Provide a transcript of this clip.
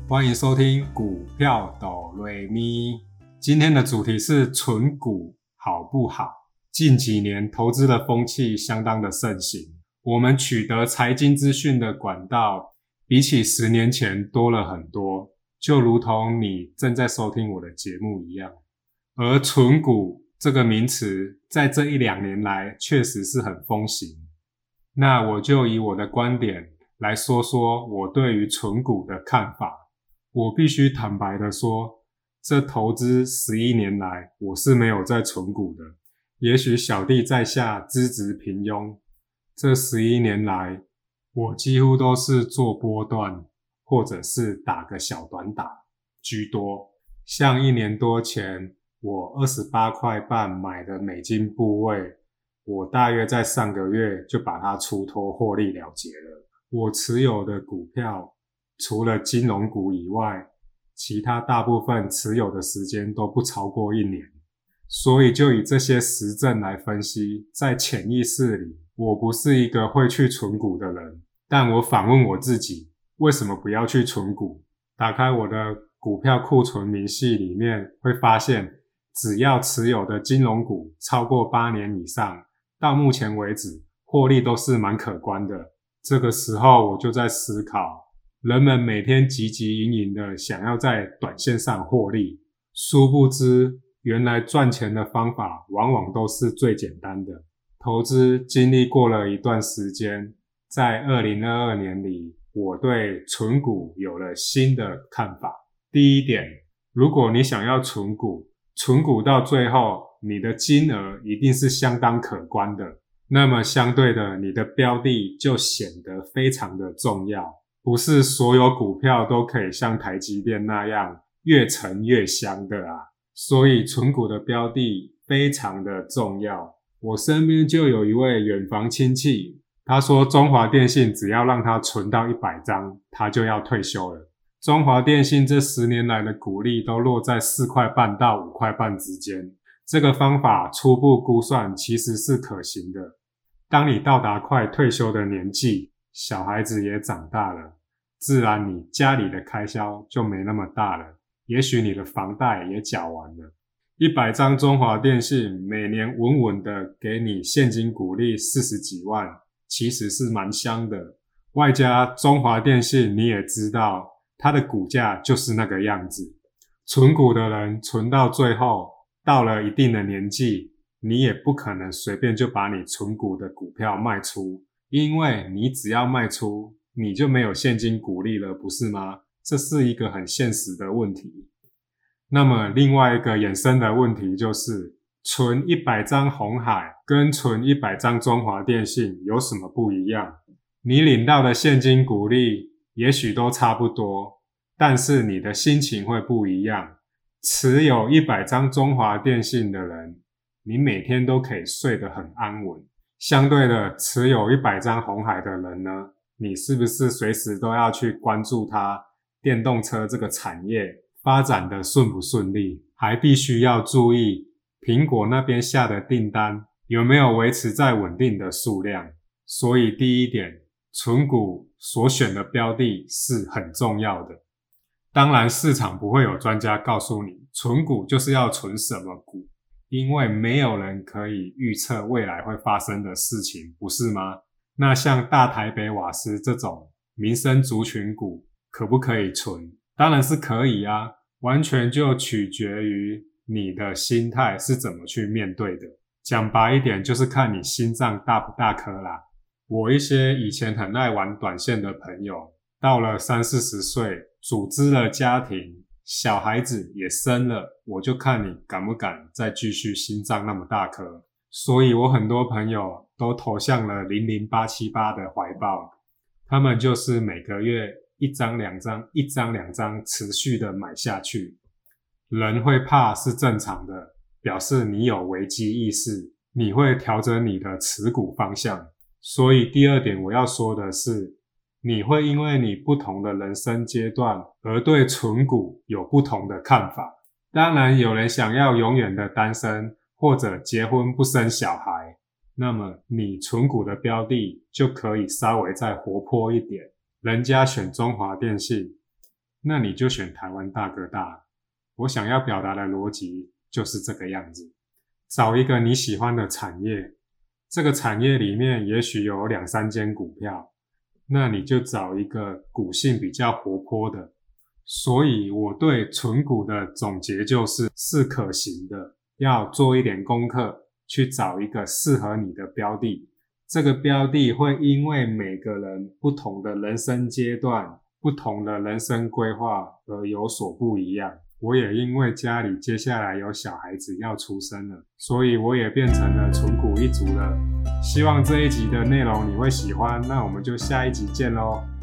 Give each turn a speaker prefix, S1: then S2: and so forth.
S1: 欢迎收听股票哆瑞咪。今天的主题是存股好不好？近几年投资的风气相当的盛行，我们取得财经资讯的管道比起10年前多了很多，就如同你正在收听我的节目一样。而存股这个名词在这1-2年来确实是很风行，那我就以我的观点来说说我对于存股的看法。我必须坦白的说，这投资11年来我是没有在存股的。也许小弟在下资质平庸，这11年来我几乎都是做波段或者是打个小短打居多。像1年多前我28块半买的美金部位，我大约在上个月就把它出脱获利了结了。我持有的股票除了金融股以外，其他大部分持有的时间都不超过1年。所以就以这些实证来分析，在潜意识里，我不是一个会去存股的人。但我反问我自己，为什么不要去存股？打开我的股票库存明细里面，会发现只要持有的金融股超过8年以上，到目前为止获利都是蛮可观的。这个时候我就在思考，人们每天汲汲营营的想要在短线上获利，殊不知原来赚钱的方法往往都是最简单的。投资经历过了一段时间，在2022年里，我对存股有了新的看法。第一点，如果你想要存股到最后你的金额一定是相当可观的，那么相对的你的标的就显得非常的重要。不是所有股票都可以像台积电那样越沉越香的啊。所以存股的标的非常的重要。我身边就有一位远房亲戚，他说中华电信只要让他存到100张，他就要退休了。中华电信这10年来的股利都落在4块半到5块半之间。这个方法初步估算其实是可行的。当你到达快退休的年纪，小孩子也长大了，自然你家里的开销就没那么大了，也许你的房贷也缴完了。100张中华电信每年稳稳的给你现金股利40几万，其实是蛮香的。外加中华电信你也知道，它的股价就是那个样子。存股的人存到最后，到了一定的年纪，你也不可能随便就把你存股的股票卖出，因为你只要卖出，你就没有现金股利了，不是吗？这是一个很现实的问题。那么另外一个衍生的问题就是，存100张鸿海跟存100张中华电信有什么不一样？你领到的现金股利也许都差不多，但是你的心情会不一样。持有100张中华电信的人，你每天都可以睡得很安稳。相对的，持有100张鸿海的人呢，你是不是随时都要去关注它电动车这个产业发展的顺不顺利，还必须要注意苹果那边下的订单有没有维持在稳定的数量。所以第一点，存股所选的标的是很重要的。当然市场不会有专家告诉你存股就是要存什么股，因为没有人可以预测未来会发生的事情，不是吗？那像大台北瓦斯这种民生族群股可不可以存？当然是可以啊，完全就取决于你的心态是怎么去面对的。讲白一点，就是看你心脏大不大颗啦。我一些以前很爱玩短线的朋友，到了30-40岁，组织了家庭，小孩子也生了，我就看你敢不敢再继续心脏那么大颗。所以我很多朋友都投向了00878的怀抱，他们就是每个月1张2张1张2张持续的买下去。人会怕是正常的，表示你有危机意识，你会调整你的持股方向。所以第二点我要说的是，你会因为你不同的人生阶段而对存股有不同的看法。当然有人想要永远的单身，或者结婚不生小孩，那么你存股的标的就可以稍微再活泼一点。人家选中华电信， 那你就选台湾大哥大。我想要表达的逻辑就是这个样子。找一个你喜欢的产业，这个产业里面也许有2-3间股票，那你就找一个股性比较活泼的。所以我对存股的总结是可行的，要做一点功课，去找一个适合你的标的。这个标的会因为每个人不同的人生阶段、不同的人生规划而有所不一样。我也因为家里接下来有小孩子要出生了，所以我也变成了存股一族了。希望这一集的内容你会喜欢，那我们就下一集见咯。